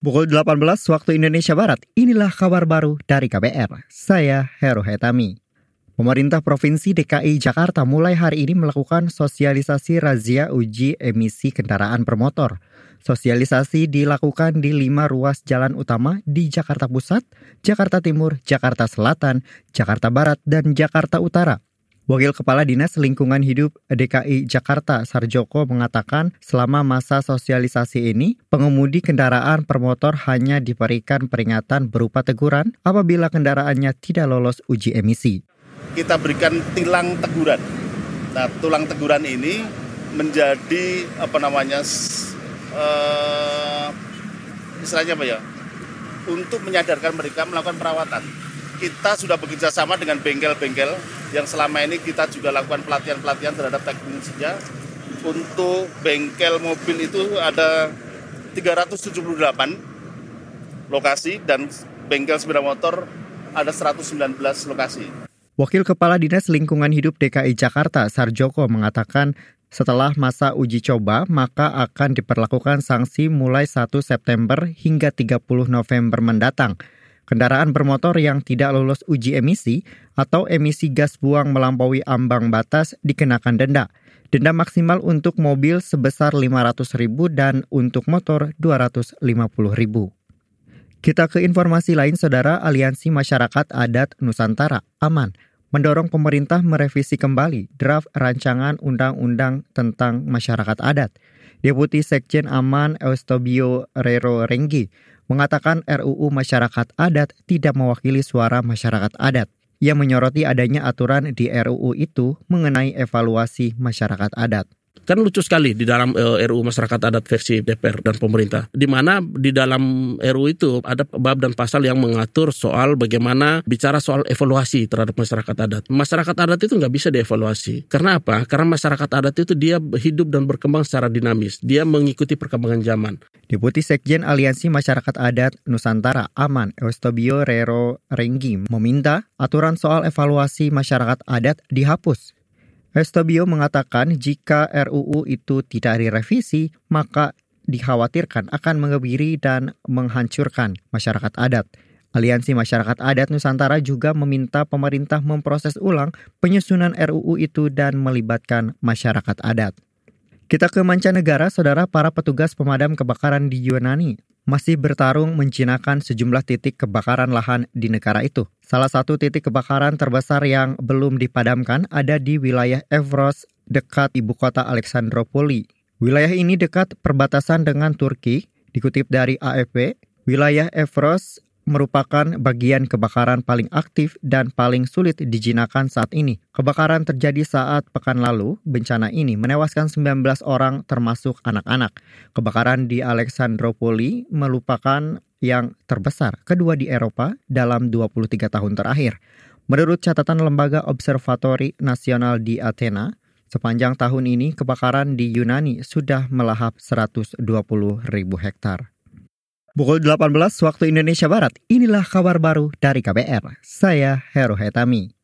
Pukul 18 waktu Indonesia Barat, inilah kabar baru dari KBR. Saya Heru Hetami. Pemerintah Provinsi DKI Jakarta mulai hari ini melakukan sosialisasi razia uji emisi kendaraan bermotor. Sosialisasi dilakukan di 5 ruas jalan utama di Jakarta Pusat, Jakarta Timur, Jakarta Selatan, Jakarta Barat, dan Jakarta Utara. Wakil Kepala Dinas Lingkungan Hidup DKI Jakarta, Sarjoko, mengatakan selama masa sosialisasi ini, pengemudi kendaraan bermotor hanya diberikan peringatan berupa teguran apabila kendaraannya tidak lolos uji emisi. Kita berikan tilang teguran. Nah, tilang teguran ini menjadi istilahnya apa ya? Untuk menyadarkan mereka melakukan perawatan. Kita sudah bekerja sama dengan bengkel-bengkel yang selama ini kita juga lakukan pelatihan-pelatihan terhadap teknisinya. Untuk bengkel mobil itu ada 378 lokasi dan bengkel sepeda motor ada 119 lokasi. Wakil Kepala Dinas Lingkungan Hidup DKI Jakarta, Sarjoko, mengatakan setelah masa uji coba, maka akan diberlakukan sanksi mulai 1 September hingga 30 November mendatang. Kendaraan bermotor yang tidak lolos uji emisi atau emisi gas buang melampaui ambang batas dikenakan denda. Denda maksimal untuk mobil sebesar Rp500.000 dan untuk motor Rp250.000. Kita ke informasi lain, Saudara. Aliansi Masyarakat Adat Nusantara, AMAN, mendorong pemerintah merevisi kembali draft rancangan undang-undang tentang masyarakat adat. Deputi Sekjen AMAN Eustobio Rero Renggi mengatakan RUU Masyarakat Adat tidak mewakili suara masyarakat adat. Ia menyoroti adanya aturan di RUU itu mengenai evaluasi masyarakat adat. Kan lucu sekali di dalam RUU Masyarakat Adat versi DPR dan pemerintah. Di mana di dalam RUU itu ada bab dan pasal yang mengatur soal bagaimana bicara soal evaluasi terhadap masyarakat adat. Masyarakat adat itu nggak bisa dievaluasi. Karena apa? Karena masyarakat adat itu dia hidup dan berkembang secara dinamis. Dia mengikuti perkembangan zaman. Deputi Sekjen Aliansi Masyarakat Adat Nusantara, AMAN, Eustobio Rero Renggi, meminta aturan soal evaluasi masyarakat adat dihapus. Eustobio mengatakan jika RUU itu tidak direvisi, maka dikhawatirkan akan mengebiri dan menghancurkan masyarakat adat. Aliansi Masyarakat Adat Nusantara juga meminta pemerintah memproses ulang penyusunan RUU itu dan melibatkan masyarakat adat. Kita ke mancanegara, Saudara. Para petugas pemadam kebakaran di Yunani masih bertarung menjinakkan sejumlah titik kebakaran lahan di negara itu. Salah satu titik kebakaran terbesar yang belum dipadamkan ada di wilayah Evros dekat ibu kota Alexandropoli. Wilayah ini dekat perbatasan dengan Turki. Dikutip dari AFP, wilayah Evros merupakan bagian kebakaran paling aktif dan paling sulit dijinakkan saat ini. Kebakaran terjadi saat pekan lalu. Bencana ini menewaskan 19 orang termasuk anak-anak. Kebakaran di Alexandropoli merupakan yang terbesar kedua di Eropa dalam 23 tahun terakhir. Menurut catatan Lembaga Observatori Nasional di Athena, sepanjang tahun ini kebakaran di Yunani sudah melahap 120.000 hektar. Pukul 18 waktu Indonesia Barat, inilah kabar baru dari KBR. Saya Heru Hetami.